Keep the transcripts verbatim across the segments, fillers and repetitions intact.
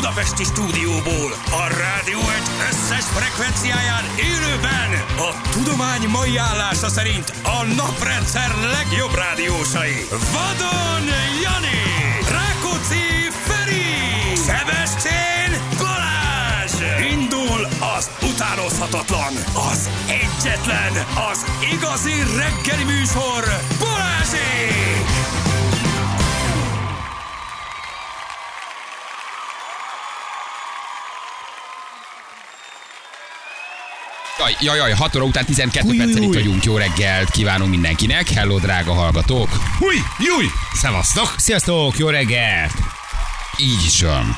budapesti stúdióból, a Rádió egy összes frekvenciáján élőben a tudomány mai állása szerint a naprendszer legjobb rádiósai. Vadon Jani, Rákóczi Feri, Sebestyén Balázs. Indul az utánozhatatlan, az egyetlen, az igazi reggeli műsor, Balázsék! Jaj, jaj, jaj, hat óra után tizenkettő percen itt vagyunk. Jó reggelt kívánunk mindenkinek. Hello, drága hallgatók. Húj, júj, szevasztok. Sziasztok, jó reggelt. Így is van.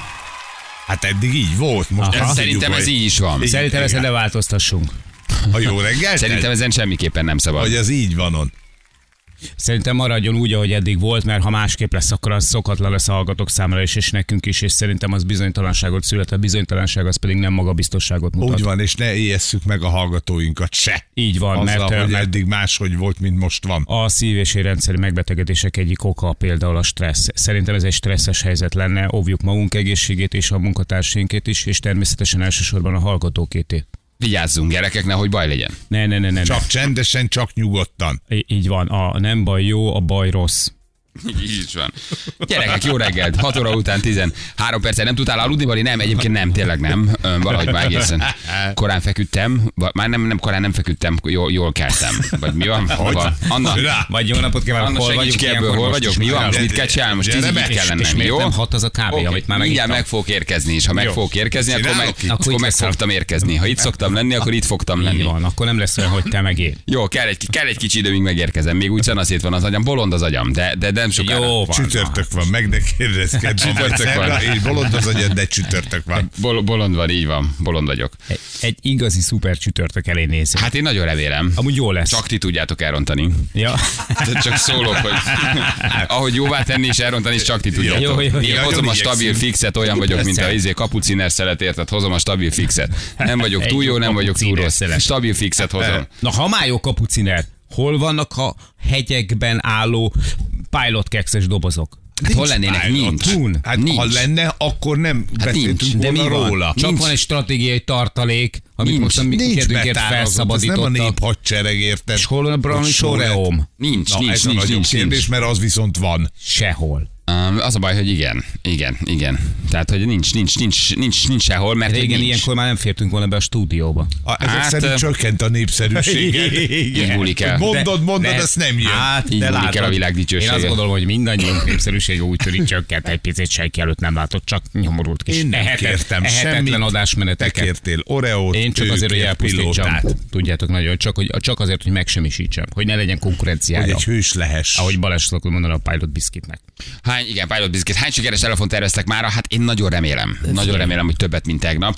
Hát eddig így volt. Most Aha. Szerintem ez így is van. Szerintem ezen ne változtassunk. A jó reggelt? Szerintem ezen semmiképpen nem szabad. Hogy az így van on. Szerintem maradjon úgy, ahogy eddig volt, mert ha másképp lesz, akkor az szokatlan lesz a hallgatók számára is, és nekünk is, és szerintem az bizonytalanságot szület, a bizonytalanság az pedig nem magabiztosságot mutat. Úgy van, és ne éjesszük meg a hallgatóinkat se. Így van, azzal, mert, hogy mert eddig máshogy volt, mint most van. a szív- és érrendszeri megbetegedések egyik oka például a stressz. Szerintem ez egy stresszes helyzet lenne, óvjuk magunk egészségét és a munkatársainket is, és természetesen elsősorban a hallgatókétét. Vigyázzunk, gyerekek, nehogy baj legyen. Ne, ne, ne, ne. Csak ne. csendesen, csak nyugodtan. Í- így van, a nem baj jó, a baj rossz. Így is van. Gyerekek, jó reggelt. hat óra után tizenhárom percen nem tudtál aludni, vagy nem? Egyébként nem, tényleg nem. Ön, valahogy már egészen korán feküdtem. Már nem, nem korán nem feküdtem, jól, jól keltem. Vagy mi van? Hol van? Anna, Vagy jó napot kívánok, Anna, hol vagyunk? segíts ki ebből, hol vagyok? Mi van? Most mit kell csinálni? Most tízig itt kell És lennem, miért jó? nem hat az a kávé, Okay. amit már Mindjárt megittam? meg fogok érkezni, és ha meg Jó. fogok érkezni, akkor meg, Csinálok itt? akkor Akkor meg itt fogtam érkezni. Ha itt szoktam lenni, akkor itt fogtam Így lenni. van, akkor nem lesz olyan, hogy te megér. Jó, kell egy, kell egy kicsi idő, míg megérkezem. Még úgy szanaszét van az agyam, bolond az agyam, de, de nem sokára. Jó van. Csütörtök van, meg ne kérdezkedj. Csütörtök van. És bolond az agyad, de csütörtök van. Bol- bolond van, így van. Bolond vagyok. Egy, egy igazi szuper csütörtök elé nézünk. Hát én nagyon remélem. Amúgy jó lesz. Csak ti tudjátok elrontani. Ja. De csak szólok, hogy ahogy jóvá tenni és elrontani, és csak ti tudjátok. Jó, jó, jó. Én hozom a stabil igyekszünk. fixet, olyan vagyok, mint a Persze. izé kapuciner szelet, érted? Hozom a stabil fixet. Nem vagyok Egy túl jó, nem vagyok túl kapuciner rossz. szelet. Stabil fixet hozom. Na, ha már jó kapuciner, hol vannak a hegyekben álló pilot kekszes dobozok? Hát hol lennének? Nincs. Tún. Hát Nincs. ha lenne, akkor nem beszéltünk nincs. De mi volna van? róla. Csak Nincs. van egy stratégiai tartalék, amit Nincs. most a mi Nincs kedvünkért betárazott, ez nem a felszabadítottak. néphadsereg, érted? És hol van a brownie Hogy só lett. Oreóm? Nincs, Na, nincs, ez a nincs, nagyobb nincs, kérdés, nincs. mert az viszont van. Sehol. Um, az a baj, hogy igen, igen, igen. Tehát, hogy nincs, nincs, nincs, nincs, nincs sehol, mert hogy Régen nincs. ilyenkor már nem fértünk volna be a stúdióba. A, ezek Hát, szerint ö- csökkent a népszerűséged. Így múlik el. Mondod, mondod, De- ez nem jön. Hát, Így de múlik el látod, a világ én dicsősége. azt gondolom, hogy mindannyiunk népszerűsége úgy tűnik csökkent egy picit, senki előtt nem látott, csak nyomorult kis Én nem ehetet- kértem ehetetlen semmit. Te adásmeneteket. kértél Oreót, Én csak ő azért, hogy kért elpusztítsam. pilótát. Tudjátok nagyon, csak, hogy, csak azért, hogy megsemmisítsem, hogy ne legyen Hogy konkurenciája. egy hős lehess. Ahogy Balázs szokott mondani a Pilot Biscuitnek. Hány, igen, Pilot Biscuit. Hány sikeres telefont terveztek mára? Hát én nagyon remélem. Nagyon remélem, hogy többet, mint tegnap.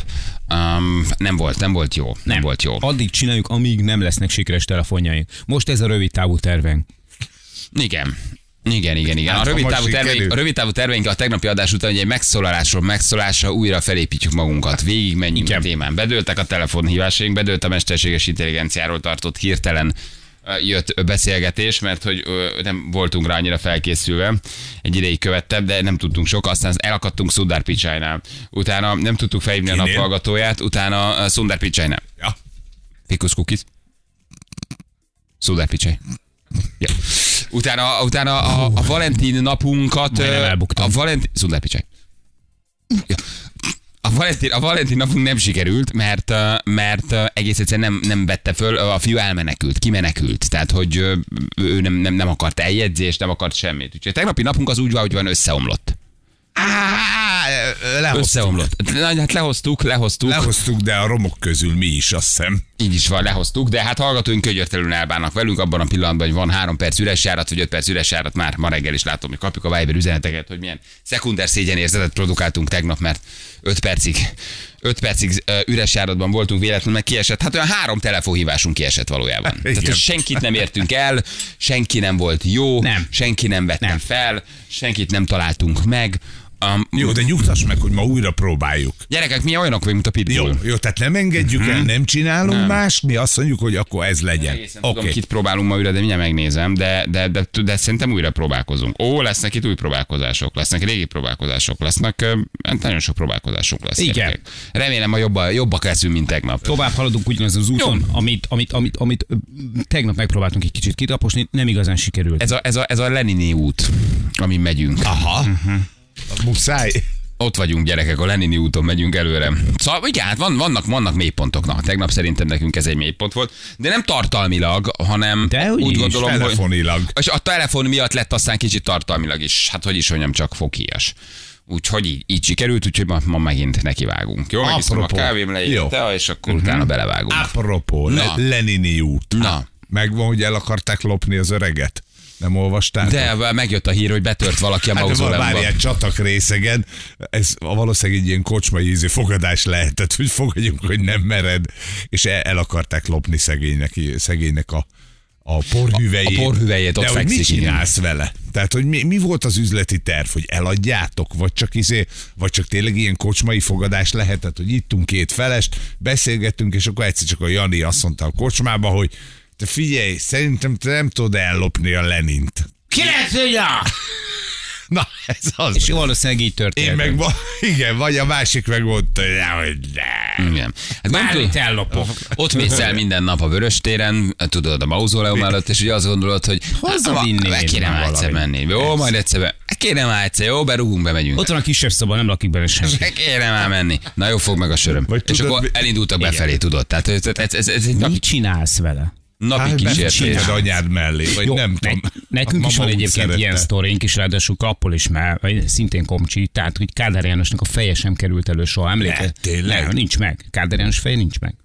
Um, nem volt, nem volt jó. Nem, nem volt jó. Addig csináljuk, amíg nem lesznek sikeres telefonjaink. Most ez a rövid távú tervünk. Igen. Igen, igen, igen. Hát, A ha rövid, most távú terveink, sikerül. a rövid távú terveink a tegnapi adás után, hogy egy megszólalásról megszólásra újra felépítjük magunkat. Végig menjünk a témán. Bedőltek a telefonhívásaink, bedőlt a mesterséges intelligenciáról tartott hirtelen ö, jött beszélgetés, mert hogy ö, nem voltunk rá annyira felkészülve. Egy ideig követtem, de nem tudtunk sok. Aztán elakadtunk Sundar Pichainál. Utána nem tudtuk felhívni a Kinél? naphallgatóját, utána ö, Sundar Pichainál. Ja. Fikus cookies. Sundar Pichai. Ja. Utána, utána a, a Valentin napunkat... Majdnem ö, elbuktam. A Valentin... Sundar Pichai. Ja. A Valentin, a Valentin napunk nem sikerült, mert, ö, mert ö, egész egyszerűen nem, nem vette föl, a fiú elmenekült, kimenekült. Tehát, hogy ö, ő nem, nem, nem akart eljegyzést, nem akart semmit. Úgyhogy a tegnapi napunk az úgy van, hogy van összeomlott. Á, lehoztuk. Összeomlott. Na, hát lehoztuk, lehoztuk. Lehoztuk, de a romok közül mi is, azt hiszem. Így is van, lehoztuk, de hát hallgatóink könyörtelenül elbánnak velünk abban a pillanatban, hogy van három perc üres járat, vagy öt perc üres járat, már ma reggel is látom, hogy kapjuk a Viber üzeneteket, hogy milyen szekunder szégyenérzetet produkáltunk tegnap, mert öt percig, öt percig ö, üres járatban voltunk, véletlenül meg kiesett. Hát olyan három telefonhívásunk kiesett valójában. Tehát, hogy senkit nem értünk el, senki nem volt jó, Nem. senki nem vette Nem. fel, senkit nem találtunk meg. Um, Jó, de nyugtass meg, hogy ma újra próbáljuk. Gyerekek, mi olyanok vagyunk, mint a pitbull. Jó, jó, tehát nem engedjük el, nem csinálunk Nem. mást, mi azt mondjuk, hogy akkor ez legyen. Egészen tudom, Oké. kit próbálunk ma újra, de mindjárt megnézem, de, de, de, de, de szerintem újra próbálkozunk. Ó, lesznek itt új próbálkozások, lesznek régi próbálkozások, lesznek, ö, nagyon sok próbálkozások lesz. Igen. Gyerekek. Remélem, hogy jobba, jobbak leszünk, mint tegnap. Tovább haladunk ugyanaz az úton, amit, amit, amit, amit ö, tegnap megpróbáltunk egy kicsit kitaposni, nem igazán sikerült. Ez a, ez a, ez a Lenini út, amin megyünk. Aha. Mhm. Muszáj. Ott vagyunk, gyerekek, a Lenini úton megyünk előre. Szóval igen, hát van, vannak, vannak mélypontok. Na, tegnap szerintem nekünk ez egy mélypont volt, de nem tartalmilag, hanem De úgy úgy is, gondolom, hogy... Telefonilag. És a telefon miatt lett aztán kicsit tartalmilag is. Hát hogy is mondjam, csak fokhíjas. Úgyhogy így, így sikerült, úgyhogy ma, ma megint nekivágunk. Jó, megiszom a Apropó. kávém, leír Jó. a tea, és akkor utána belevágunk. Apropó, Na. Le- Lenini út. Na. Megvan, hogy el akarták lopni az öreget? Nem olvastál? De megjött a hír, hogy betört valaki a Hát mauzóleumba. várjál, csatak részegen, ez valószínűleg egy ilyen kocsmai ízű fogadás lehetett, hogy fogadjunk, hogy nem mered, és el, el akarták lopni szegénynek, szegénynek a, a porhüvelyét. A- a porhüvelyét, ott De hogy mit fekszik, igen. csinálsz vele? Tehát, hogy mi, mi volt az üzleti terv, hogy eladjátok, vagy csak izé, vagy csak tényleg ilyen kocsmai fogadás lehetett, hogy ittunk két felest, beszélgettünk, és akkor egyszer csak a Jani azt mondta a kocsmába, hogy te figyelj, szerintem te nem tudod ellopni a Lenint. Ki lehet tudja? Na, ez az. És valószínűleg így történt. Én meg, va- igen, vagy a másik meg mondta, hogy ne, hogy ne. Igen. Hát nem Bármit tud- ellopok. Ott mész el minden nap a Vöröstéren, tudod, a mauzóleum előtt, és ugye azt gondolod, hogy Hozzá hát, vinni meg én kéne már már egyszer valamit. menni. Jó, majd egyszer be. Kéne már egyszer, jó, berúgunk, bemegyünk. Ott van a kisebb szoba, nem lakik benne senki. Kéne már menni. Na jó, fog meg a söröm. Vagy És tudod, akkor mi- elindultak befelé, tudod. Tehát ez, ez, ez, ez egy napi, Mit csinálsz vele? napi Hát, kísértés. csináld anyád mellé, vagy Jó, nem ne, tudom. nekünk A is van mama úgy egyébként szerette. ilyen sztorink is, ráadásul kappol is már, vagy szintén komcsi, tehát hogy Kádár Jánosnak a feje sem került elő soha, emlékszel? Ne, tényleg? Nem, nincs meg. Kádár János feje nincs meg.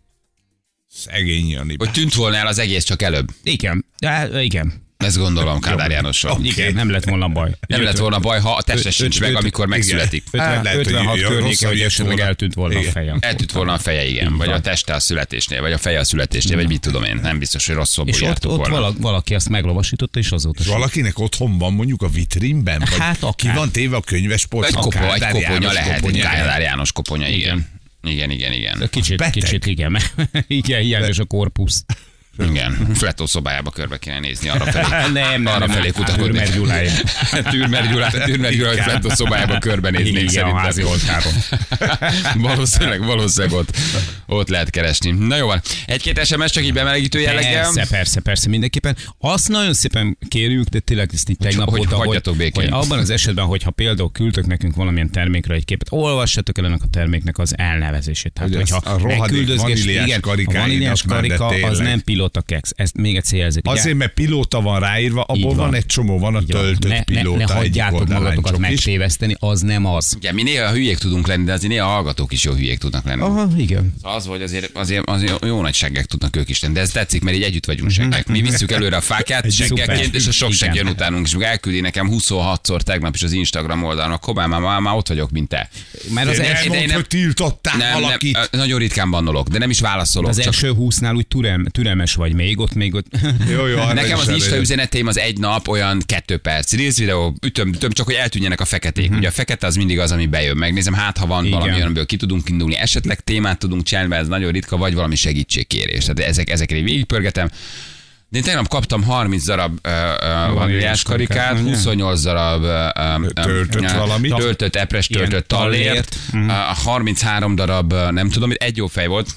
Szegény Jani. Hogy tűnt volna el az egész csak előbb. Igen, de, igen. Ezt gondolom Kádár Jánosról. Oké. Igen, nem lett volna baj. Nem lett volna baj, ha a teste öt- sincs öt- meg, öt- amikor megszületik. Hát lehet, hogy ötvenhat jó, környéke, rosszabb hogy ilyet esetleg volna. eltűnt volna a Igen. fejem. Eltűnt volna a feje, igen. Vagy a teste a születésnél, vagy a feje a születésnél, vagy mit tudom én. Nem biztos, hogy rosszul És ott, jártuk ott volna. valaki, valaki azt meglovasította, és azóta És sem. valakinek otthon van mondjuk a vitrínben? Vagy Hát ki akár. van téve a könyvespolc? Egy, kopo, egy Kádár koponya János lehet, egy koponya. Kádár János koponya, igen. Igen, igen, igen. Kicsit, beteg. kicsit, igen. mert igen, hiányos a korpusz. Igen, Fletó szobájába körbe kéne nézni arra felé. Nem, nem, arra nem, felé nem. kutakodni. Türmer Gyuláé. Türmer Gyulá, Türmer Gyulá, hogy Fletó szobájába körbenéznék Igen, a házi szerintem. oltáron. valószínűleg, valószínűleg ott, ott lehet keresni. Na jó van, egy-két es em es csak így bemelegítő jelleggel. Persze, persze, persze, mindenképpen. Azt nagyon szépen kérjük, de tényleg ezt így tegnap hogy óta, hogy, hagyjatok békén. hogy abban az esetben, hogyha például küldtök nekünk valamilyen termékről egy képet, olvassatok el ennek a terméknek az elnevezését. Tehát, Hogy az hogyha a rohadék megküldözgés, vaníliás igen, a karikáidat vaníliás már, de karika az tényleg. nem pilóta keks. Ezt még egyszer jelzik. Azért, mert pilóta van ráírva, abból Így van. van. egy csomó, van a Így van. töltött ne, ne, pilóta. ne hagyjátok egyik oldalán magatokat csak is. megtéveszteni, az nem az. Ugye, mi néha hülyék tudunk lenni, de azért néha a hallgatók is jó hülyék tudnak lenni. Aha, igen. Az, hogy azért, azért, azért jó nagy seggek tudnak ők is lenni, de ez tetszik, mert így együtt vagyunk seggek. Mi visszük előre a fákját seggekként, szuper. és a sok segg Igen. jön utánunk, és meg elküldi nekem huszonhatszor tegnap is az Instagram oldalon, akkor már, már, már ott vagyok, mint te. Mert az, De első, nem mondd, hogy tiltottál Nem, valakit. nem, nagyon ritkán bannolok, de nem is válaszolok. az csak első húsznál úgy türelm, türelmes vagy még, ott még ott. Jó, jó, arra nekem is az Insta elég. üzenetém az egy nap olyan kettő perc. Reels videó, ütöm, ütöm, csak hogy eltűnjenek a feketék. Uh-huh. Ugye a fekete az mindig az, ami bejön. Megnézem, hát ha van Igen. valami olyan, amiből ki tudunk indulni. Esetleg témát tudunk csinálni, mert ez nagyon ritka, vagy valami segítségkérés. Tehát ezek, ezekre így végigpörgetem. De én tegnap kaptam harminc darab uh, uh, vaníliás karikát, huszonnyolc darab uh, uh, Töltött uh, valamit. töltött epres, töltött Ilyen tallért, tallért. uh, harminchárom darab, uh, nem tudom, egy jó fej volt,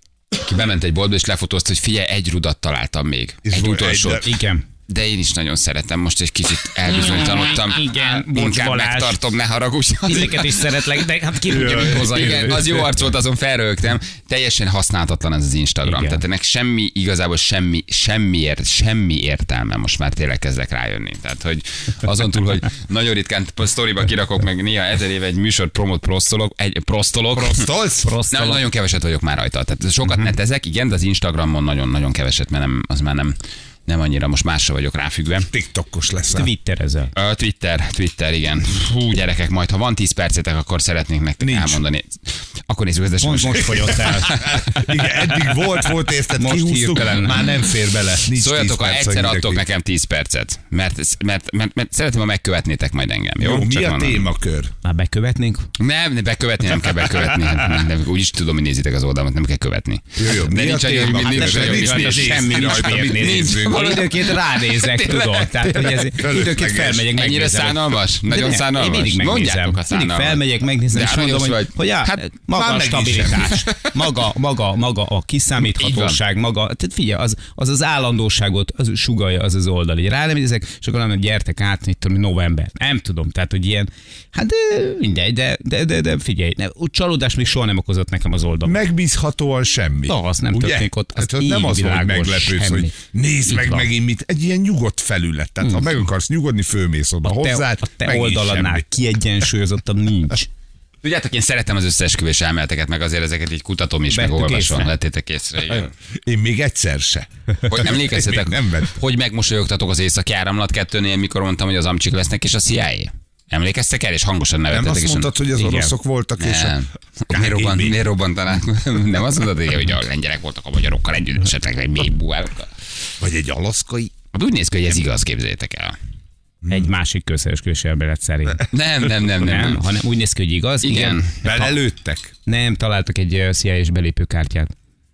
ki bement egy boltba és lefotózta, hogy figyelj, egy rudat találtam még. És Egy volt utolsót. egy- Igen. De én is nagyon szeretem, most egy kicsit elbizonytalanodtam. Igen, bocs, Inkább Balázs. megtartom, ne haragudj. Titeket is szeretlek, de hát ki tudja, mit hoz a Igen, jövő. az jó arc volt, azon felrögtem. Teljesen használhatatlan ez az Instagram. Igen. Tehát ennek semmi, igazából semmi, semmi, ért, semmi értelme, most már tényleg kezdek rájönni. Tehát, hogy azon túl, hogy nagyon ritkán a sztoriba kirakok, meg néha ezer éve egy műsor promót prosztolok, egy prosztolok. Prosztolsz? Na, Prosztolok. nagyon keveset vagyok már rajta. Tehát sokat netezek, igen, de az Instagramon nagyon-nagyon keveset, mert nem, az már nem, Nem annyira, most másra vagyok ráfüggve. TikTokos leszel. Twitterezel. Ö, Twitter, Twitter, igen. Hú, gyerekek, majd ha van tíz percetek, akkor szeretnék nektek Nincs. elmondani. Akkor nézzük az Most, most fogyott el. Igen, eddig volt, volt, érted, Most kihúztuk, hirtelen. már nem fér bele. Nincs Szóljatok, tíz ha perc, egyszer hogy adtok nekik. nekem tíz percet, mert, mert, mert, mert, mert szeretném, ha megkövetnétek majd engem. Jó, Jó, mi Csak a mondom. témakör? Már bekövetnénk? Nem, nem, bekövetni nem kell bekövetni. Nem, nem, úgyis tudom, hogy nézitek az oldalamat, nem kell követni. Jó, jó, mi De a nincs olyan, téma? nincs Hát olyan, nem nincs nincs olyan, nézni, semmi nincs rajta, miért nincs. nézzünk. Valami- Időnként ránézek, tudod. Tehát, hogy ez időnként felmegyek, megnézem. Ennyire szánalmas? Nagyon De szánalmas? Én mindig megnézem. Mondjátok a Mindig szánalmas. felmegyek, megnézem, De és mondom, aranyos hogy, vagy. hogy á, Hát, maga már a meg is stabilitás, maga, maga, maga a kiszámíthatóság, maga, tehát figyelj, az az, az állandóságot az sugalja az az oldal. Így ránézek, és akkor nem, hogy gyertek át, mit tudom, november. Nem tudom, tehát, hogy ilyen, hát de mindegy, de, de, de, de figyelj, ne, úgy csalódás még soha nem okozott nekem az oldal. Megbízhatóan semmi. Na, az nem Ugye? történik ott, az Hát, nem az, hogy égvilágos meglepődsz, semmi. hogy nézd Így meg van. megint mit. Egy ilyen nyugodt felület. Tehát ha meg akarsz nyugodni, fölmész oda A te, hozzá. a te oldaladnál kiegyensúlyozottabb nincs. Tudjátok, én szeretem az összeesküvés elméleteket, meg azért ezeket így kutatom is, meg Vettük olvasom. észre. Lettétek észre. Igen. Én még egyszer se. Hogy emlékeztetek, Még nem vettem. hogy megmosolyogtatok az északi áramlat kettőnél, mikor mondtam, hogy az amcsik lesznek, és a C I A? Emlékeztek el, és hangosan Nem nevettetek. azt és mondtad, hogy az Igen. oroszok voltak, és a Nem. Miért, robbant, miért robbantanák? Nem azt mondod, hogy a lengyelek voltak a magyarokkal együtt, esetleg egy mély buárokkal. vagy egy alaszkai. Hát úgy néz ki, hogy ez igaz, képzeljétek el. Egy másik közszeresküvési elmélet szerint. Nem, nem, nem, nem. Nem, nem. hanem úgy néz ki, hogy igaz. Igen. Belelőttek, Nem, találtak egy ö, C I A-s belépőkártyát.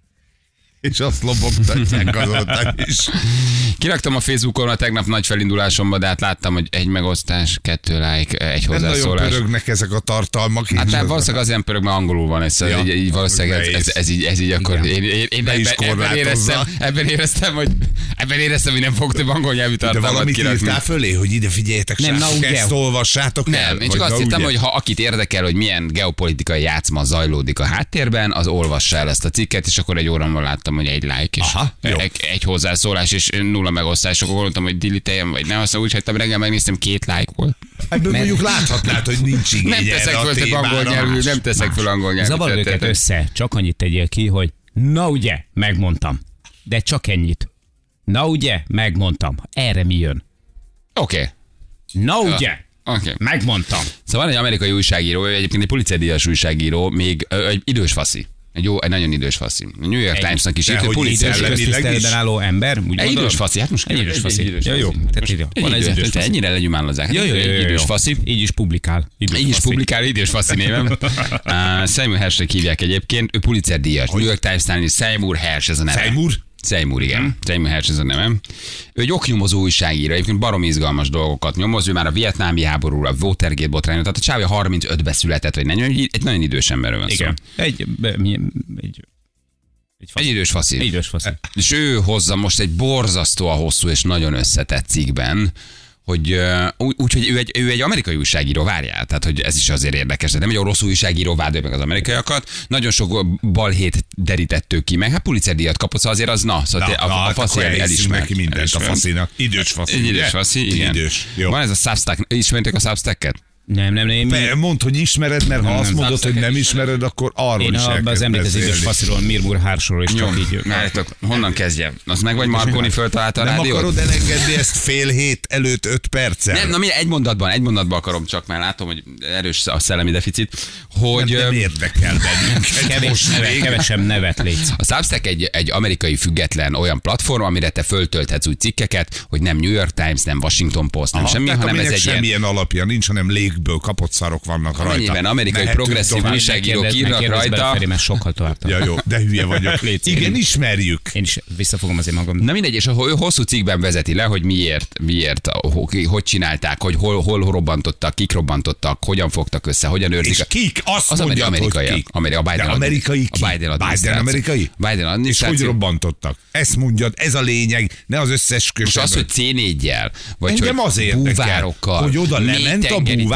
és azt lobogtatják azóta is. Kiraktam a Facebookon a tegnap nagy felindulásomba, de hát láttam, hogy egy megosztás, kettő like, egy Nem nagyon hozzászólás. pörögnek ezek a tartalmak. Hát és nem, az- valószínűleg azért nem pörög, mert angolul van ez, Ja, ja, így, így valószínűleg ez, ez, nehéz. ez, így, ez így akkor én, én, én Be is ebben, ebben, korlátozza. éreztem, ebben éreztem, hogy ebben éreztem, hogy nem fog több angol nyelvű De tartalmat valamit kirakni. írtál fölé, hogy ide figyeljetek, Nem, srácok, na, ugye. ezt olvassátok el. Nem, én csak vagy azt na, hittem, ugye. hogy ha akit érdekel, hogy milyen geopolitikai játszma zajlódik a háttérben, az olvassa el ezt a cikket, és akkor egy óramban láttam, hogy egy like, és Aha, jó. egy, egy hozzászólás, és nulla megosztás, akkor gondoltam, hogy delete-eljem, vagy nem, aztán úgy hagytam, reggel megnéztem, két like volt. Ebből mondjuk láthatnád, hogy nincs igény Nem teszek erre a föl több témára. angol nyelvű, Más, nem teszek más. föl angol nyelvű. Zavar őket történetet. össze, csak annyit tegyél ki, hogy na ugye, megmondtam. De csak ennyit. Na ugye, megmondtam. Erre mi jön? Oké. Na ugye, Oké. megmondtam. Szóval van egy amerikai újságíró, ő egyébként egy Pulitzer-díjas újságíró, még ö, egy idős faszi. Egy jó, egy nagyon idős faszi. A New York Egy- Timesnak is de írt, hogy hogy Pulitzer idős lett. közti- Köztiszteletben álló ember. Úgy Egy gondolod? idős faszi, hát most Egy idős faszi. Egy idős Ja, jó. faszi. Tehát Most így van, egy ez idős, idős faszi. ennyire legyumálozzák. Jó, jó, jó, Egy jó, idős jó. faszi. Így is publikál. Idős Így is faszi. publikál, idős faszi névem. Uh, Seymour Hershnek hívják egyébként, ő Pulitzer díjas. New York Times-nál is Seymour Hersh ez a neve. Seymour? Seymour, igen. Seymour Hersh ez a nevem. Ő egy oknyomozó újságíró, egyébként barom izgalmas dolgokat nyomoz, ő már a vietnámi háborúra, a Watergate botrányra, tehát a csávja harmincötben született, vagy nem, egy nagyon idős emberről van szó. Igen. Egy, be- mi- egy, egy, Egy idős faszi. Egy idős faszi. És ő hozza most egy borzasztóan hosszú és nagyon összetett cikkben, hogy uh, úgy, úgy, hogy ő egy, ő egy amerikai újságíró, várjál, tehát hogy ez is azért érdekes, de nem egy orosz újságíró vádolja meg az amerikaiakat, nagyon sok balhét derítettük ki, meg hát Pulitzer díjat kapott, szóval azért az na, szóval Na, a, na, a, a hát faszi akkor elismert. elismer neki mindent a elismert. faszinak. Idős faszi. Egy ugye? idős faszi, igen. Idős. Jó. Van ez a Substack, ismeritek a Substacket? Nem, nem, nem. Be, mondd, hogy ismered, mert ha Nem, azt nem. mondod, hogy nem Substacket ismered, akkor arról Én is abban az elkezd említett idős beszélni. fasziról, Mirmur Hársról is Jó, csak így. várjátok, honnan kezdjem? Az meg vagy Marconi föltalálta a Nem rádiót? akarod elengedni ezt fél hét előtt öt perccel? Nem, na mi egy mondatban, egy mondatban akarom csak, mert látom, hogy erős a szellemi deficit, hogy... nem, nem érdekel bennünket. Kevés most neve, még. kevesebb nevet létsz. A Substack egy, egy amerikai független olyan platform, amire te föltölthetsz új cikkeket, hogy nem New York Times, nem Washington Post, nem Aha, semmi, tehát hanem ez aminek egy ilyen... semmilyen alapja nincs, hanem légből kapott szarok vannak rajta. Amennyiben amerikai Mehetünk progresszív tovább. újságírók Kérdezz- írnak kérdezz bele, rajta. Feri, mert sokkal tovább tart. Ja, jó, de hülye vagyok. Légy Igen, szíves. ismerjük. Én is visszafogom azért magam. Na mindegy, és ő hosszú cikkben vezeti le, hogy miért, miért, hogy, hogy csinálták, hogy hol, hol robbantottak, kik robbantottak, hogyan fogtak össze, hogyan őrzik. És a- kik? Azt Az mondjad, amerikai, hogy kik. Ameri- a Biden De ad- amerikai ki? a Biden adminisztráció. Biden amerikai? Biden És hogy adminisztráció. robbantottak? Ezt mondjad, ez a lényeg, ne az összes Most az, hogy cé négyel, vagy Engem hogy az érdekel, búvárokkal, hogy oda lement a mélytengeri búvár,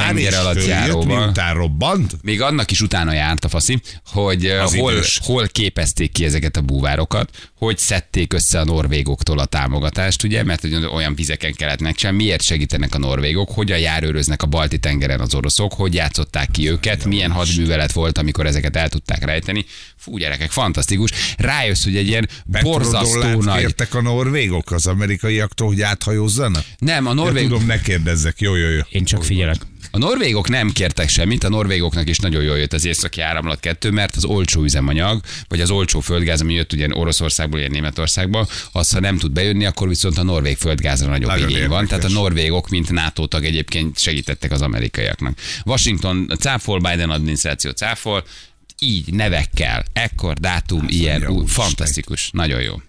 tenger alatt följött, járóval. miután robbant. Még annak is utána járt a faszi, hogy Az hol, idős. hol képezték ki ezeket a búvárokat, hogy szedték össze a norvégoktól a támogatást, ugye, mert hogy olyan vizeken kellett megcsinálni, miért segítenek a norvégok, hogyan járőröznek a balti tengeren az oroszok, hogy játszották ki őket, milyen hadművelet volt, amikor ezeket el tudták rejteni. Fú, gyerekek, fantasztikus. Rájössz, hogy egy ilyen borzasztó nagy... kértek a norvégok az amerikaiaktól, hogy áthajózzanak? Nem, a Ja, norvég... tudom, ne kérdezzek. Jó, jó, jó. Én csak figyelek. A norvégok nem kértek semmit, a norvégoknak is nagyon jól jött az északi áramlat kettő, mert az olcsó üzemanyag, vagy az olcsó földgáz, ami jött ugye Oroszországból, ilyen Németországból, az, ha nem tud bejönni, akkor viszont a norvég földgázra nagyobb Nagyon igény van. érdekes. Tehát a norvégok, mint NATO tag egyébként segítettek az amerikaiaknak. Washington cáfol, Biden adminisztráció cáfol, így nevekkel, ekkor dátum, ilyen, jó, ú, Isten. fantasztikus, nagyon jó.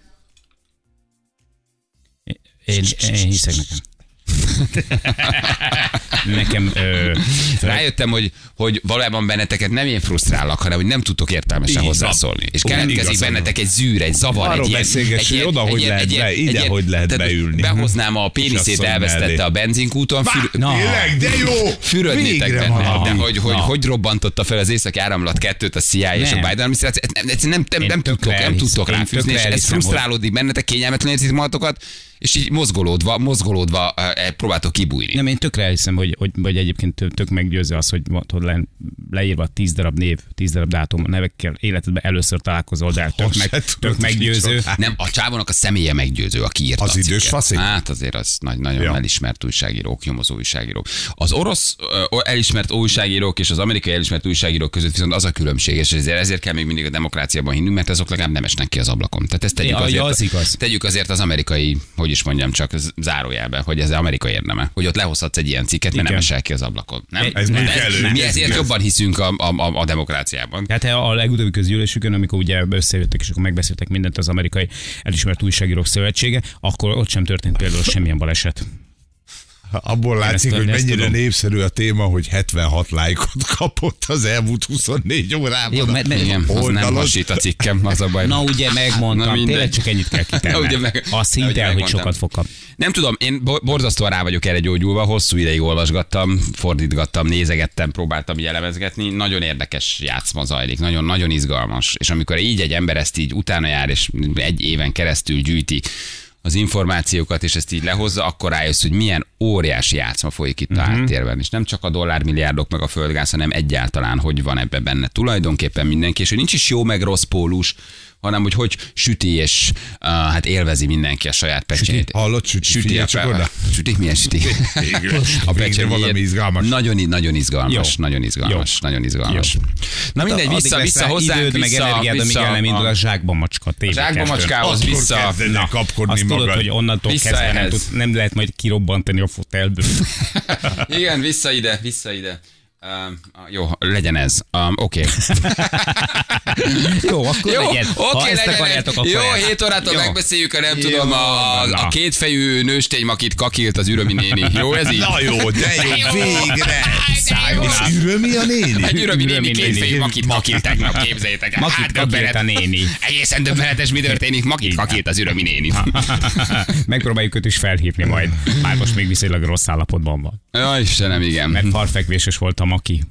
Én, én hiszek nekem. Nekem... Ö, Rájöttem, hogy, hogy valójában benneteket nem én frusztrálok, hanem hogy nem tudtok értelmesen Így van. hozzászólni. És Ó, keletkezik igazad bennetek egy zűr, egy zavar, Arról egy ilyen... beszélgess, egy hogy ilyen- oda, egy hogy ilyen- lehet egy ilyen- be- ide, egy ilyen- hogy lehet tehát beülni. Behoznám a És péniszét, asszony elvesztette mellé. a benzinkúton, für, na, Tényleg, de jó! fürödnétek Végre benne. valami. De hogy, hogy, Na. hogy robbantotta fel az északi áramlat kettőt a C I A és a Nem. Biden adminisztráció, nem, nem, nem, nem, Én nem tökre tudtok, nem elhiszem. tudtok Én ráfűzni, tökre és ez elhiszem, hogy- frusztrálódik bennetek, kényelmetlen érzitek magatokat, és így mozgolódva, mozgolódva eh, próbáltok kibújni. Nem, én tökre elhiszem, hogy, hogy, hogy egyébként tök- tök meggyőző az, hogy hogy le, leírva tíz darab név, tíz darab dátum, a nevekkel életedben először találkozol, de tök, Azt meg, se tök tudod, meggyőző. micsoda. Nem, a csávónak a személye meggyőző, aki írta Az a idős cikket. faszi? Hát azért az nagy, nagyon Ja. elismert újságírók, nyomozó újságírók. Az orosz ö, elismert újságírók és az amerikai elismert újságírók között viszont az a különbség, és ezért, ezért kell még mindig a demokráciában hinnünk, mert azok legalább nem esnek ki az ablakon. Tehát ezt tegyük Ja, azért, ja, az igaz. tegyük azért az amerikai, hogy is mondjam, csak zárójelbe, hogy ez az amerikai érdeme, hogy ott lehozhatsz egy ilyen cikket, mert nem Igen. esel ki az ablakon. Nem? Ez De mondjuk elő- mi ez ezért igaz. jobban hiszünk a, a, a, a demokráciában. Tehát a legutóbbi közgyűlésükön, amikor ugye összejöttek és akkor megbeszéltek mindent az amerikai elismert újságírók szövetsége, akkor ott sem történt például semmilyen baleset. Abból látszik, ezt- hogy ezt mennyire tudom. népszerű a téma, hogy hetvenhat lájkot kapott az elmúlt huszonnégy órában. Jó, mert- mert- Igen, az nem Oldalon. hasít a cikkem, az a baj. Na ugye Na, megmondtam, mindegy. tényleg csak ennyit kell Na, ugye kitenni. meg- Azt na, hidd ugye el, hogy megmondtam. sokat fog kapni. Nem tudom, én bo- borzasztóan rá vagyok erre gyógyulva, hosszú ideig olvasgattam, fordítgattam, nézegettem, próbáltam így elemezgetni. Nagyon érdekes játszma zajlik, nagyon, nagyon izgalmas. És amikor így egy ember ezt így utána jár, és egy éven keresztül gyűjti az információkat, és ezt így lehozza, akkor rájössz, hogy milyen óriási játszma folyik itt uh-huh. a háttérben. És nem csak a dollármilliárdok meg a földgáz, hanem egyáltalán, hogy van ebbe benne tulajdonképpen mindenki, és hogy nincs is jó meg rossz pólus, hanem hogy hogy süti, és uh, hát élvezi mindenki a saját pecsényt. Hallott, süti, figyelj a csak pe- oda. Süti, milyen süti? Végre. A Végre pecsényt. valami izgalmas. Nagyon, nagyon izgalmas, Jó. nagyon izgalmas, Jó. nagyon izgalmas. Jó. Na mindegy, Addig vissza, lesz vissza rá hozzánk, időd, meg vissza, energiád, amíg vissza el nem indul a- a zsákba macska a zsákba macskához Akkor vissza. kezded el kapkodni Azt tudod, magad. hogy onnantól Vissza kezdve nem, ehhez. tud, nem lehet majd kirobbantani a fotelből. Igen, vissza ide, vissza ide. Um, jó, legyen ez. Um, Oké. Jó, akkor Jó, legyen. Ha oké, ezt legyen. akarjátok, akkor Jó, el. hét órától Jó. megbeszéljük a nem Jó, tudom, a, na. a kétfejű nősténymakit kakilt az ürömi néni. Jó ez így? Na jó, de jó, végre! Szálljon át. És ürömi a néni? Egy ürömi néni Ürömi néni. kétfejű makit kakilt tegnap, képzeljétek el. Makit Hát, kakilt döbbenet. a néni. Egészen döbbenetes, mi történik. Makit kakilt az ürömi néni. Megpróbáljuk őt is felhívni majd. Már most még viszonylag rossz állapotban van. Ja, Istenem, igen. Mert farfekvéses volt a maki.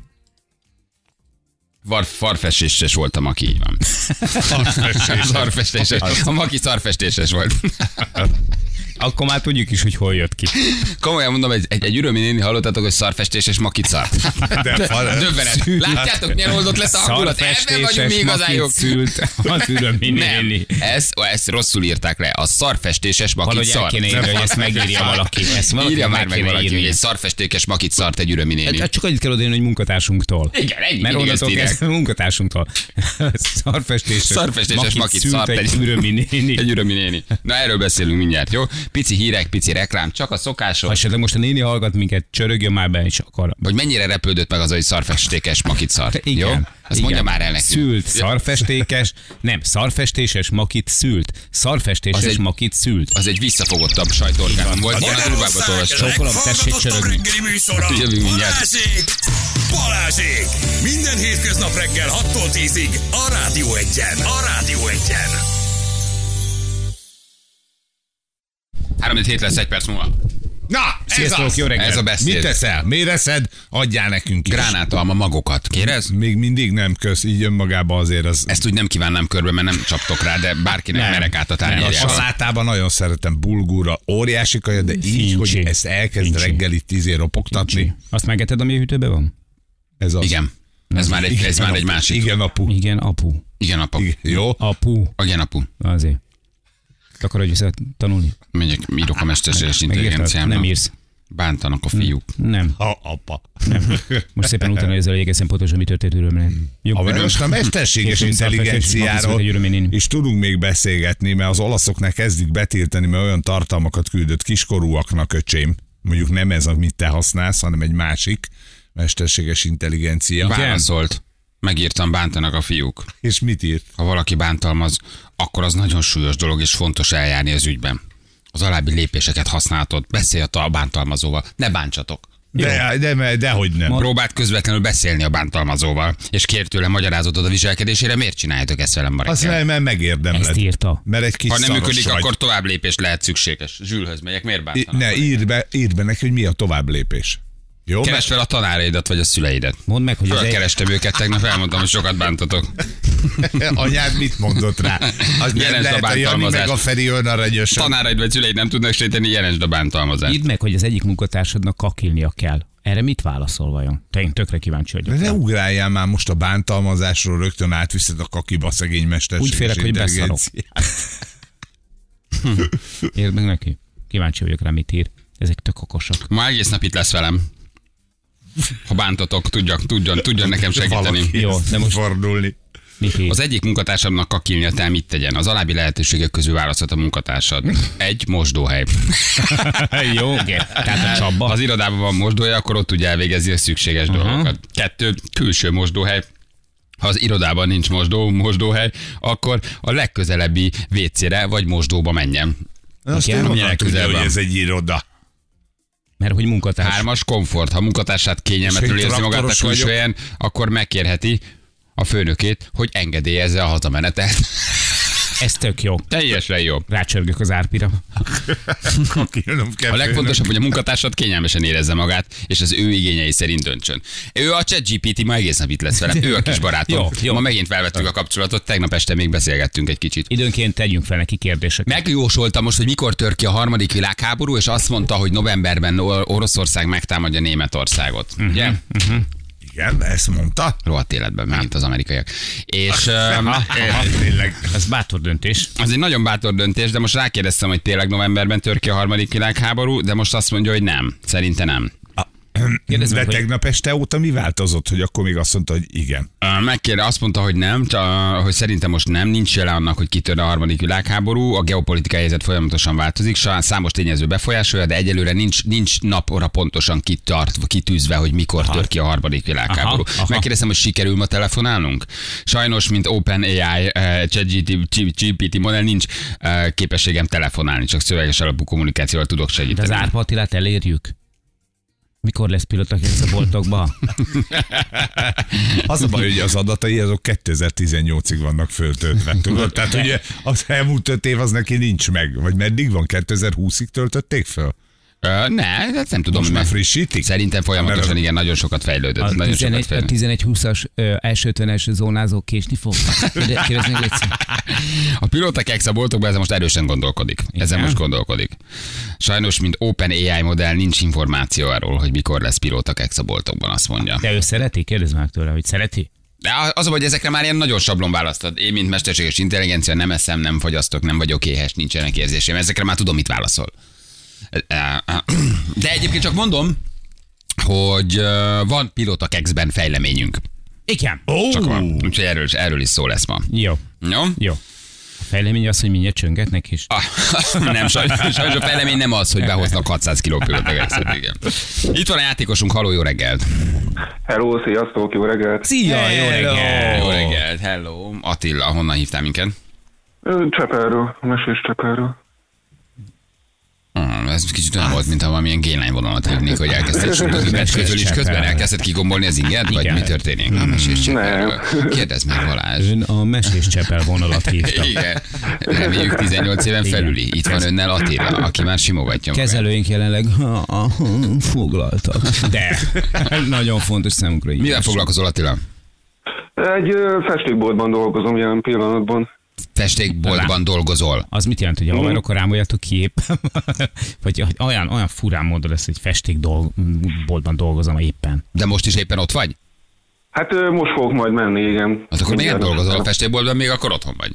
Var, farfestéses voltam, aki így van. Szarfestéses. A maki szarfestéses volt. Akkor már tudjuk is, hogy hol jött ki. Komolyan mondom, egy, egy, egy ürömi néni hallottatok, hogy szarfestés és makit szart. De fal- Döbbenet. Látjátok, milyen oldott lesz a hangulat? Ebben vagyunk mi igazán jók. szült az ürömi Nem, néni. ezt, ezt rosszul írták le. A szarfestéses makit Valahogy el szart. kéne írni, hogy ezt megírja valaki. Ezt valaki Írja már meg kéne valaki, hogy írni. egy szarfestékes makit szart egy ürömi néni. Hát csak annyit kell odaírni, hogy munkatársunktól. Igen, ennyi, Mert mindig ezt onnantól írják. kezdve munkatársunktól. Szarfestéses, Szarfestéses makit szart egy egy- ürömi néni. Egy ürömi néni. Na erről beszélünk mindjárt, jó? Pici hírek, pici reklám, csak a Ha szokásos. esetleg most a néni hallgat minket, csörögjön már be, és akar. Vagy mennyire repődött meg az, hogy szarfestékes makit szart. Igen, Jó? Azt igen. mondja már el nekünk. Szült, szarfestékes, nem, szarfestéses makit szült. Szarfestéses Az egy- makit szült. Az egy visszafogottabb sajtorgán volt. Én a durvábbat olvastam. Csókolom, tessék csörögni. reggeli műsora. Jövünk mindjárt. Balázsék! Balázsék! Minden hétköznap reggel hattól tízig a Rádió Egyen. A Rádió Egyen. három hét lesz egy perc múlva. Na, ez Sziasztok, az. jó reggel. Ez a beszéd. Mit teszel? Miért eszed? Adjál nekünk is. Gránátalma magokat. Kérez? Még mindig nem kösz, így önmagában azért az... Ezt úgy nem kívánnám körbe, mert nem csaptok rá, de bárkinek Nem. merek át a A tányérjára. salátában nagyon szeretem bulgúra, óriási kaja, de így, Fincsi. hogy ezt elkezd Fincsi. reggelit tízé ropogtatni. Azt megetted, ami a hűtőben van? Ez az. Igen. Ez már egy, ez már egy apu. másik. Igen, apu. Igen, apu. Igen, apa. Igen, jó? Apu. Igen, apu. Azért. Akarod vissza tanulni? Megyek, írok a mesterséges Megírtad? intelligenciámnak. Nem írsz. Bántanak a fiúk. Nem. Ha, apa. Nem. Most szépen utána ezzel egészen pontosan, mi történt örömre. Jó. Ha most a mesterséges Későn intelligenciáról egy örömén én. is tudunk még beszélgetni, mert az olaszoknak kezdik betiltani, mert olyan tartalmakat küldött kiskorúaknak, öcsém. Mondjuk nem ez, amit te használsz, hanem egy másik mesterséges intelligencia. Válaszolt. Megírtam, bántanak a fiúk. És mit írt? Ha valaki bántalmaz, akkor az nagyon súlyos dolog, és fontos eljárni az ügyben. Az alábbi lépéseket használhatod, beszélj a bántalmazóval, ne bántsatok. De, de, de, de hogy nem. Próbáld közvetlenül beszélni a bántalmazóval, és kér tőle magyarázatot a viselkedésére, miért csináljátok ezt velem, Azt barátom? nem, mert megérdemled. Ezt írta. Mert egy kis Ha nem szaros működik, vagy. akkor tovább lépés lehet szükséges. Zsülhöz megyek, miért I- bántanak? Ne, írd be, írd be neki, hogy mi a tovább lépés. Jó? Keresd fel a tanáraidat, vagy a szüleidet. Mondd meg, hogy ez egy... Fölkerestem őket, tegnap elmondtam, hogy sokat bántatok. Anyád mit mondott rá? Az nem Jelensd a lehet, a Jani bántalmazást. meg a Feri olyan aranyosan. Tanáraid vagy szüleid nem tudnak segíteni, jelensd a bántalmazást. Írd meg, hogy az egyik munkatársadnak kakilnia kell. Erre mit válaszol vajon? Te én tökre kíváncsi De vagyok. ne ugráljál már most a bántalmazásról, rögtön átviszed a kakiba szegény mesterséges Úgy félek, hogy beszarok. intelligenciát. Írd meg neki. Kíváncsi vagyok rá, mit ír. Ezek tök okosak. Ma egész nap itt lesz velem. Ha bántatok, tudjak, tudjon, tudjon nekem segíteni. Valaki Jó, ezt de most- fordulni. Mit ír? Az egyik munkatársamnak kakilnia, te mit tegyen? Az alábbi lehetőségek közül választhat a munkatársad. Egy, mosdóhely. Jó, oké. Tehát a csapba. Ha az irodában van mosdója, akkor ott tudja elvégezni a szükséges uh-huh. dolgokat. Kettő, külső mosdóhely. Ha az irodában nincs mosdó, mosdóhely, akkor a legközelebbi vécére vagy mosdóba menjen. Azt Igen, én amilyen honnan tudja, közel hogy van. ez egy iroda. Mert hogy munkatárs. Hármas, komfort. Ha munkatársát kényelmetlenül És hogy érzi magát a traktoros külső helyen, akkor megkérheti a főnökét, hogy engedélyezze a hazamenetet. Ez tök jó. Teljesen jó. Rácsörgök az árpira. Kakilnom kell A legfontosabb, hogy a munkatársad kényelmesen érezze magát, és az ő igényei szerint döntsön. Ő a ChatGPT ma egész nap itt lesz velem, ő a kis barátom. Jó, jó. Ma megint felvettük a kapcsolatot, tegnap este még beszélgettünk egy kicsit. Időnként tegyünk fel neki kérdéseket. Megjósolta most, hogy mikor tör ki a harmadik világháború, és azt mondta, hogy novemberben Or- Oroszország megtámadja Németországot. Uh-huh. Ugye? Igen, ezt mondta. Rohadt életben megint az amerikaiak. És um, Ez tényleg. Ez bátor döntés. az egy nagyon bátor döntés, de most rákérdeztem, hogy tényleg novemberben tör ki a harmadik világháború, de most azt mondja, hogy nem. Szerinte nem. Kérdezd De meg, hogy- tegnap este óta mi változott, hogy akkor még azt mondta, hogy igen. Ö, Megkérde, azt mondta, hogy nem, csak, hogy szerintem most nem, nincs jele annak, hogy kitör a harmadik világháború, a geopolitikai helyzet folyamatosan változik, számos tényező befolyásolja, de egyelőre nincs, nincs napra pontosan kitart, kitűzve, hogy mikor aha. tör ki a harmadik világháború. Aha, aha. Megkérdeztem, hogy sikerül ma telefonálnunk? Sajnos, mint OpenAI, uh, ChatGPT modell nincs uh, képességem telefonálni, csak szöveges alapú kommunikációval tudok De segíteni. az Árpa Attilát elérjük? Mikor lesz pilota a boltokba? Az a baj, hogy az adatai azok kétezer-tizennyolcig vannak föltöltve. Tudod? Tehát ugye az elmúlt öt év az neki nincs meg. Vagy meddig van? kétezer-húszig töltötték föl? Ö, ne, hát nem tudom. Most már mert frissítik? Szerintem folyamatosan Mert az- igen, nagyon sokat fejlődött. A nagyon sokat fejlődött. tizenegy húszas első ötvenes zónázók késni fog? Kérdezni légy szíves. A pilóta keksz a boltokban ezen most erősen gondolkodik. Ezen Igen? most gondolkodik. Sajnos, mint OpenAI modell nincs információ arról, hogy mikor lesz pilóta keksz a boltokban, azt mondja. De ő szereti? Kérdezd meg tőle, hogy szereti? De az a baj, hogy ezekre már ilyen nagyon sablon választod. Én, mint mesterséges intelligencia, nem eszem, nem fogyasztok, nem vagyok éhes, nincsenek érzéseim. Ezekre már tudom, mit válaszol. De egyébként csak mondom, hogy ö, van pilóta kekszben fejleményünk. Igen. Csak van. Úgyhogy erről, erről is szó lesz ma. Jó. Jó? Jó. A fejlemény az, hogy mindjárt csöngetnek is. Ah, nem, sajnos, sajnos a fejlemény nem az, hogy behoznak hatszáz kiló pilótakekszet. Igen. Itt van a játékosunk, haló, jó reggelt. Hello, sziasztok, jó reggelt! Szia, jó reggel! Jó reggelt, hello. Attila, honnan hívtál minket? Ö, Csepelről, mesés Csepelről. Ah, ez kicsit olyan volt, mintha valamilyen génlányvonalat hívnék, hogy elkezdted suttogni közül, és közben elkezdted kigombolni az inged, vagy Igen. mi történik? A mesés Csepelről. Kérdezd meg, Balázs. Ön a Mesés Csepel vonalat hívta. Igen. Reméljük tizennyolc éven felüli. Itt van önnel Attila, aki már simogatja magát. Kezelőink jelenleg ha, ha, foglaltak. De nagyon fontos számunkra. Mivel foglalkozol, Attila? Egy ö, festékboltban dolgozom jelen pillanatban. Festékboltban dolgozol. Az mit jelent, hogy a haverokra rámoljátok ki épp? Vagy olyan, olyan furán mondod ezt, hogy festékboltban dolgozom éppen. De most is éppen ott vagy? Hát ö, most fogok majd menni, igen. Hát akkor miért Mindjárt. dolgozol a festékboltban, még akkor otthon vagy?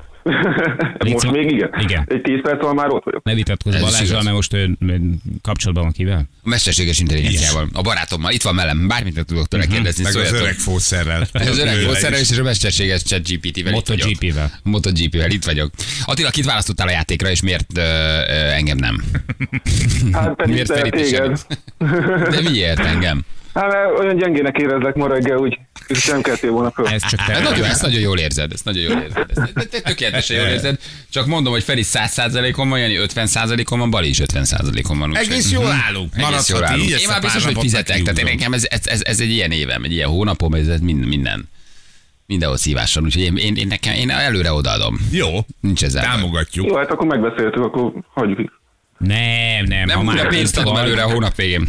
Most még igen? Igen. Egy tíz perc alatt már ott vagyok. Ne vitatkozz Ez is Balázsral, igaz. mert most ő kapcsolatban van kivel? A mesterséges intelligenciával, a barátommal. Itt van mellem, bármit meg tudok tőle kérdezni. Meg az szóljatok. öreg fószerrel. Az öreg Ő módszerrel is. és a mesterséges ChatGPT-vel itt vagyok. MotoGP-vel. MotoGP-vel itt vagyok. Attila, kit választottál a játékra, és miért ö, ö, engem nem? Hát pedig Miért te Ferit is téged. De miért engem? Hát mert olyan gyengének érezlek ma reggel, úgy és nem keltél volna föl. Ez csak te. Hát nagyon, ezt nagyon jól érzed, ezt nagyon jól érzed. Ezt, te, te tökéletesen jól érzed. Csak mondom, hogy Feri száz százalékon van, Jani ötven százalékon van, Bali is ötven százalékon van. úgyhogy- Egész jól állunk. Egész jól Maradhat állunk. így, Én ezt a már biztos, pár hogy napot fizetek, tehát én megkiúzom. nekem ez, ez, ez, ez, egy ilyen évem, egy ilyen hónapom, ez, ez minden, minden. Mindenhol szíváson, úgyhogy én, én, én, nekem, én előre odaadom. Jó, Nincs ezzel. támogatjuk. Jó, hát akkor megbeszéltük, akkor hagyjuk itt. Nem, nem. Nem, ha úgy a már pénzt itt adom vagy- előre a hónap végén.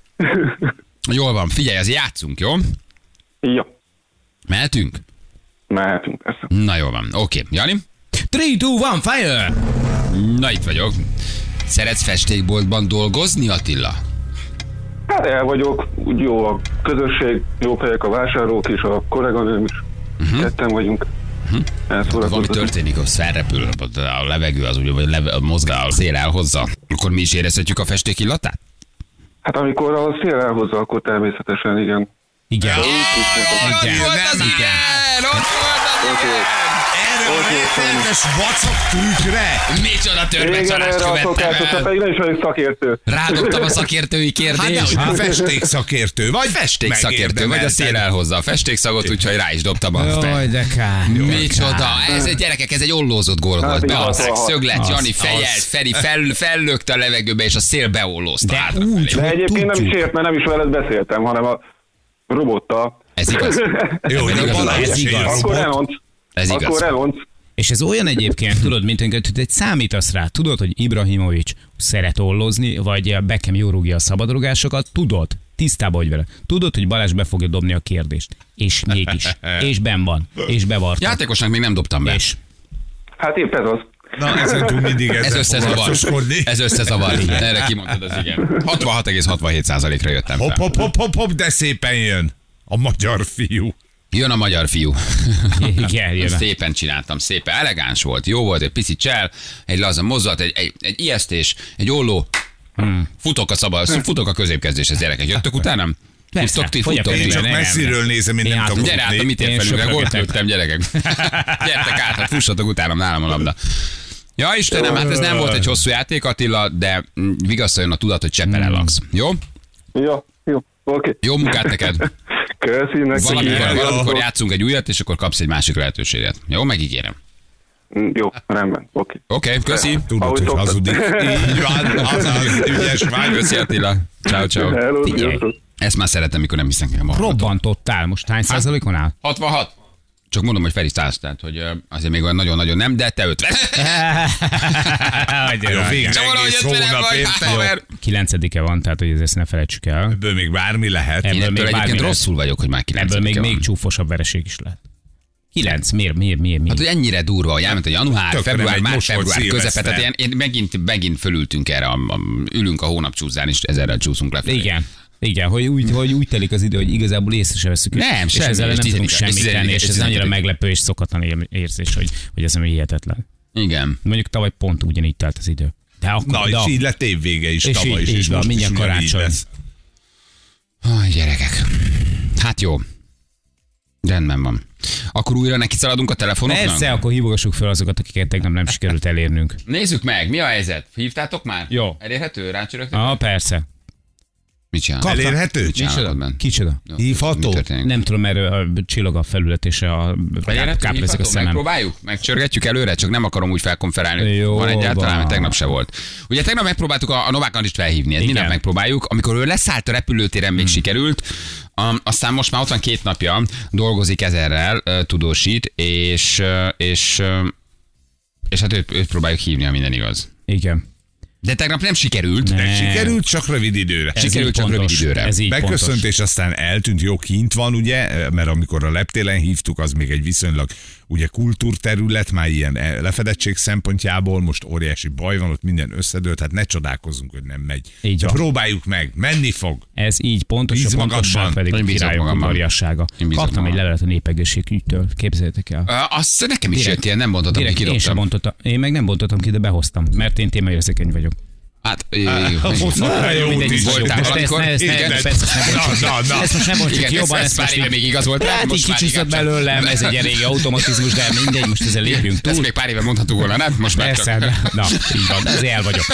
Jól van, figyelj, az játszunk, jó? Ja, Mehetünk? mehetünk persze. Na jól van, oké. Jani? three, two, one, fire! Na itt vagyok. Szeretsz festékboltban dolgozni, Attila? Hát el vagyok, úgy jó a közösség, jó fejek a vásárlók és a kolléganőm is. Uh-huh. Ketten vagyunk. Uh-huh. Valami történik, az felrepül, a levegő az úgy, vagy leve, a mozgál, a szél elhozza. Akkor mi is érezhetjük a festék illatát? Hát amikor a szél elhozza, akkor természetesen igen. Igen. Ott Igen. volt az Nem, igen! Ott volt az Ott volt. Erre a rettenetes vacak trükkre. Micsoda Igen, törvecsalást erre a szokásos, követtem hát el! pedig nem is vagyok szakértő. Rádobtam a szakértői Hát kérdést. nehogy festékszakértő vagy. Festékszakértő, vagy a szél elhozza a festékszagot, úgyhogy rá is dobtam a Jaj, de kár. Micsoda, ez egy gyerekek, ez egy ollózott gól Hát volt. igen, Bealszák, az- szöglet, az- Jani fejjel, az. Feri fel, fellökte a levegőbe, és a szél beollózta. De hátrafelé. úgy, De hogy egyébként nem is tudjuk. ért, mert nem is veled beszéltem, hanem a robottal. Ez igaz. Jó, Ez de igaz, Balázs ez is egy igaz. Akkor robot. elont. Ez igaz. Akkor elont. És ez olyan egyébként, tudod, mint hogy egy számítasz rá. Tudod, hogy Ibrahimovics szeret ollozni, vagy Beckham jó rúgja a szabadrugásokat. Tudod, tisztában vagy vele. Tudod, hogy Balázs be fogja dobni a kérdést. És mégis. És benn van. És bevarta. Játékosnak még nem dobtam be. És Hát épp ez az. Na, ezen túl mindig Ez ezzel összezavar. foglalkozkodni. Ez összezavar. Erre kimondtad az igen. hatvanhat egész hatvanhét százalékra jöttem Hopp, fel. hopp, hopp, hopp, hopp, de szépen jön. A magyar fiú. Jön a magyar fiú. igen, jön. Szépen csináltam, szépen elegáns volt, jó volt, egy pici csel, egy laza mozzat, egy, egy, egy ijesztés, egy olló. Hmm. Futok a szabad, futok a középkezdéshez, gyerekek. Jöttök utánam? Persze. Hívtok ti, Hogy a futtok Én ti. csak nem, messziről nézem, én Én nem át- tudok Gyere át, futni. mit Én ért felülre, sokat gólt jöttem. lőttem, gyerekek. Gyertek át, hát fussatok utánam, nálam a labda. Ja Istenem, hát ez nem volt egy hosszú játék, Attila, de mm, vigasztaljon a tudat, hogy Csepelen laksz. Jó? Jó, jó, oké. Jó munkát neked. Köszi neki. Valamikor, Jó. valamikor játszunk egy újat, és akkor kapsz egy másik lehetőséget. Jó, megígérem. Mm, Jó, rendben, oké. Oké, okay, köszi. Tudod, Ahogy hogy szoktad. hazudik. Így van, azaz, ügyes vagy. Köszi Attila. Ciao, ciao. Hello, Figyelj. sziasztok. Ezt már szeretem, mikor nem hisznek nekem a hallgatók. Robbantottál. Most hány százalékon áll? hatvanhat. Csak mondom, hogy Feri száz, tehát hogy ö, azért még olyan nagyon-nagyon nem, de te ötven. Jó, végre Csak valahogy egész ötvenen hónap vagy, érte. haver. Kilencedike van, tehát hogy ezt ne felejtsük el. Ebből még bármi lehet. Én Ebből ettől még egyébként bármi rosszul vagyok, hogy már Ebből még, kilencedike még van. csúfosabb vereség is lehet. Kilenc, miért, miért, miért, miért? Hát, hogy ennyire durva, hogy elment a január, Tökre február, megy, már most volt február közepe, szilveszter. tehát ilyen, én megint, megint fölültünk erre, a, a, ülünk a hónapcsúszán, és ezerrel csúszunk lefelé. Igen. Igen, hogy úgy, hogy úgy telik az idő, hogy igazából észre se veszük. Nem, és semmi, ezzel és nem tudunk tizedik- és semmit tizedik- tenni, és és ez annyira tizedik. meglepő és szokatlan ér- érzés, hogy, hogy ez nem hihetetlen. Igen. Mondjuk tavaly pont ugyanígy telt az idő. De akkor, Na, de, és így lett évvége is, És tavaly így- is, így és van, most is mindjárt ugyanígy karácsony. lesz. Aj, gyerekek. Hát jó. Rendben van. Akkor újra neki szaladunk a telefonoknak? Persze, akkor hívogassuk fel azokat, akiket tegnap nem sikerült elérnünk. Nézzük meg, mi a helyzet? Hívtátok már? Jó. Elérhető? Rácsörögtek? Ah, persze. Mit csinál? Kaptam. Elérhető? Mit csinálod Micsoda? benne? Kicsoda? Jó, Hívható? mi történik? Nem tudom, erről a csillog a felület és a káprázik a szemem. Megpróbáljuk? Megcsörgetjük előre, csak nem akarom úgy felkonferálni. Jó Van egyáltalán, van. mert tegnap se volt. Ugye tegnap megpróbáltuk a, a Novákon is felhívni, ezt Igen. mindent megpróbáljuk. Amikor ő leszállt a repülőtéren, még Hmm. sikerült. Um, aztán most már ott van két napja, dolgozik ezerrel, uh, tudósít, és, uh, és, uh, és hát őt, őt próbáljuk hívni, ha minden igaz. Igen. De tegnap nem sikerült. Nem. Sikerült csak rövid időre. Ez Sikerült így csak pontos. rövid időre. Ez így Megköszönt, pontos. és aztán eltűnt, jó, kint van, ugye, mert amikor a leptélen hívtuk, az még egy viszonylag ugye kultúrterület, már ilyen lefedettség szempontjából, most óriási baj van, ott minden összedőlt, hát ne csodálkozzunk, hogy nem megy. Így Csak van. próbáljuk meg, menni fog. Ez így pontos, Bíz a pontosság magadban. pedig Én a bízok királyok magamban. udvariassága. Én bízok Kaptam egy magamban. levelet a népegészségügytől, képzeljétek el. Uh, azt nekem is Direkt. jött ilyen, nem mondhatom, hogy Direkt, én sem kidobtam. bontottam. Én meg nem bontottam ki, de behoztam, mert én témaérzékeny vagyok. Hát, Na, jó, mindegy, is voltál Most ezt valamikor. ne- ezt ne- Igen. persze, ezt ne bontsuk ki. Na, na, na. Ezt most nem bontsuk Igen, ki ez, jobban, ez ezt pár most éve így- még igaz volt. Hát így most már kicsúszott inkább csak- belőlem, ez egy elég automatizmus, de mindegy, most ezzel lépjünk Ezt túl. még pár éve mondhattuk volna, nem? Most már Persze, csak. de, na, így van, ezért el vagyok.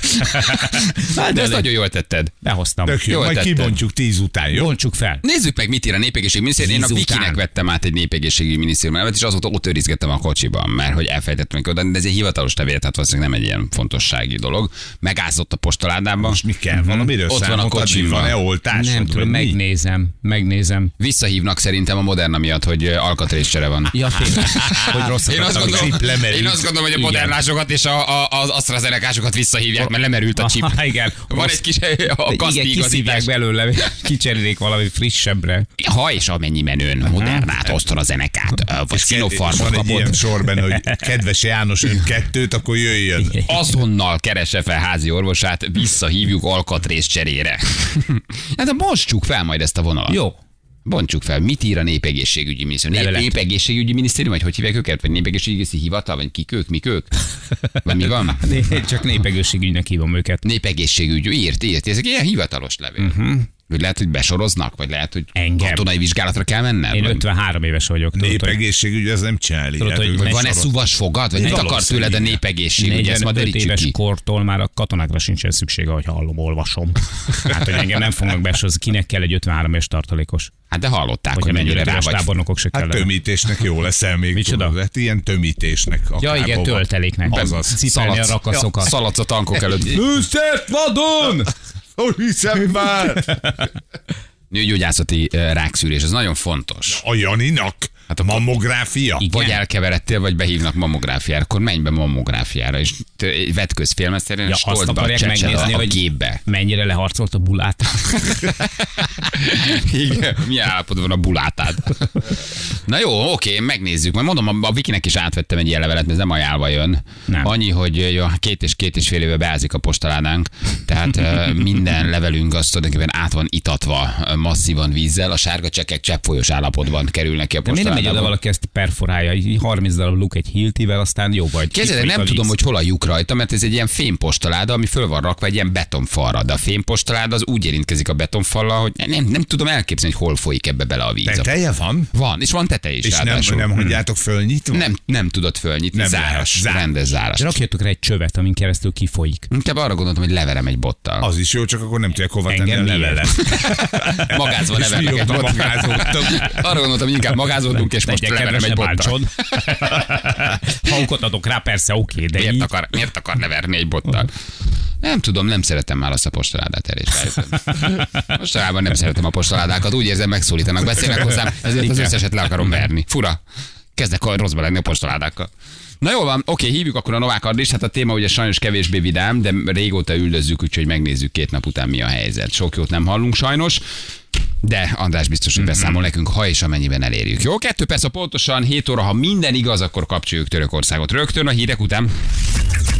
De ezt nagyon jól tetted. Behoztam. Tök jó, Jól majd tetted. kibontjuk tíz után, jó? Bontsuk fel. Nézzük meg, mit ír a népegészségügyminiszter. Én a Tíz Wikinek után. vettem át egy népegészségügyi minisztérium nevet, és azóta ott őrizgettem a kocsiban, mert hogy elfejtettem meg oda, de ez egy hivatalos levél, tehát valószínűleg nem egy ilyen fontossági dolog. Megázott a postaládában. Most mi kell? Valamiről Ott van a számot adni? kocsimban. Van-e oltásod? Nem vagy tudom, mi? megnézem, megnézem. Visszahívnak szerintem a Moderna miatt, hogy alkatrészcsere van. Ja, tényleg, hogy rossz Én azt, a gondolom, chip lemerült. én azt gondolom, hogy a Igen. modernásokat és a, a, az AstraZeneca-sokat visszahívják, mert lemerült a chip. Aha, igen. Van Rossz. egy kis a kaszti Igen, kiszívják igazítás. belőle, kicserélik valami frissebbre. Ha és amennyi menőn Modernát, AstraZenecát, vagy És Sinopharmot van egy ilyen kapott, sorban, hogy kedves János, ön kettőt, akkor jöjjön. azonnal keresse fel házi orvosát, visszahívjuk alkatrész cserére. Hát bontsuk fel majd ezt a vonalat. Jó. Bontsuk fel, mit ír a népegészségügyi minisztérium? Nép, Levelet. népegészségügyi minisztérium, vagy hogy hívják őket? Vagy népegészségügyi hivatal, vagy kik ők, mik ők? Vagy mi van? Né- Csak népegészségügynek hívom őket. Népegészségügy, írt, írt, ezek ilyen hivatalos levél. Uh-huh. Vagy lehet, hogy besoroznak, vagy lehet, hogy Engem. katonai vizsgálatra kell menned? Én vagy, ötvenhárom éves vagyok. tudod, hogy Népegészségügy, ez nem csinál Tudod, ilyet. hogy Ők vagy van-e sorol- szuvas fogad? Vagy mit akar Valószínűleg tőled a igen. népegészségügy? Ezt ma negyvenöt derítsük éves ki. kortól már a katonákra sincsen szüksége, hogy hallom, olvasom. Hát, hogy engem nem fognak besorozni, kinek kell egy ötvenhárom éves tartalékos. Hát de hallották, Vagy hogy a mennyire mennyire rá éves vagy. tábornokok se Hát kellene. tömítésnek jó leszel még. Micsoda? tudod, Hát ilyen tömítésnek. Ja, akár igen, hova. tölteléknek. Azaz. Cipelni a rakaszokat. Szaladsz a tankok előtt. Őszert vadon! Hogy hiszem már? Nőgyógyászati eh, rákszűrés, ez nagyon fontos. A Janinak? Hát a mammográfia? Igen. Vagy elkeveredtél, vagy behívnak mammográfiára, akkor menj be mammográfiára, és te- egy vetközfélmezteren, Ja, és azt told be a akarják csecsedet megnézni, a hogy képbe. mennyire leharcolt a bulát. Igen, milyen állapotban van a bulátád. Na jó, oké, megnézzük. Majd mondom, a, a Wikinek is átvettem egy ilyen levelet, mert ez nem ajánlva jön. Nem. Annyi, hogy jó, két és két és fél éve beázik a postaládánk, tehát ö, minden levelünk az tulajdonképpen át van itatva ö, masszívan vízzel, a sárga csekkek cseppfolyós állapotban kerülnek ki a De miért nem megy oda postaládából. valaki ezt perforálja, így harminc darab luk egy hiltivel, aztán jó vagy. Képzeld, Kifolyik nem a víz. tudom, hogy hol a lyuk rajta, mert ez egy ilyen fémpostaláda, ami föl van rakva egy ilyen betonfalra. De a fémpostaláda az úgy érintkezik a betonfallal, hogy nem, nem tudom elképzelni, hogy hol folyik ebbe bele a víz. Teteje van? Van, és van teteje is. És nem, ráadásul. nem hagyjátok fölnyitva? nem, nem tudod fölnyitni, Nem záras, lehet, záros. rendes záras. De rakjatok rá egy csövet, amin keresztül kifolyik. Inkább arra gondoltam, hogy leverem egy bottal. Az is jó, csak akkor nem tudják hova tenni a Engem miért? levelet. Magázva És levernek egy mióta bottal. magázottak? Arra gondoltam, hogy inkább magázódunk, és most Tegye leverem kedves, egy ne bottal. bántsod. Ha okot adok rá, persze oké, de Miért így. akar, miért akar leverni egy bottal? Nem tudom, nem szeretem már azt a postaládát, erre is rájöttem. Mostanában nem szeretem a postaládákat, úgy érzem, megszólítanak, beszélnek hozzám, ezért az összeset le akarom verni. Fura. Kezdek rosszba lenni a postaládákkal. Na jól van, oké, hívjuk akkor a Novák Ardist, hát a téma ugye sajnos kevésbé vidám, de régóta üldözzük, úgyhogy megnézzük két nap után mi a helyzet. Sok jót nem hallunk sajnos, de András biztos, hogy beszámol nekünk, ha és amennyiben elérjük. Jó, kettő perc a pontosan, hét óra, ha minden igaz, akkor kapcsoljuk Törökországot rögtön a hírek után.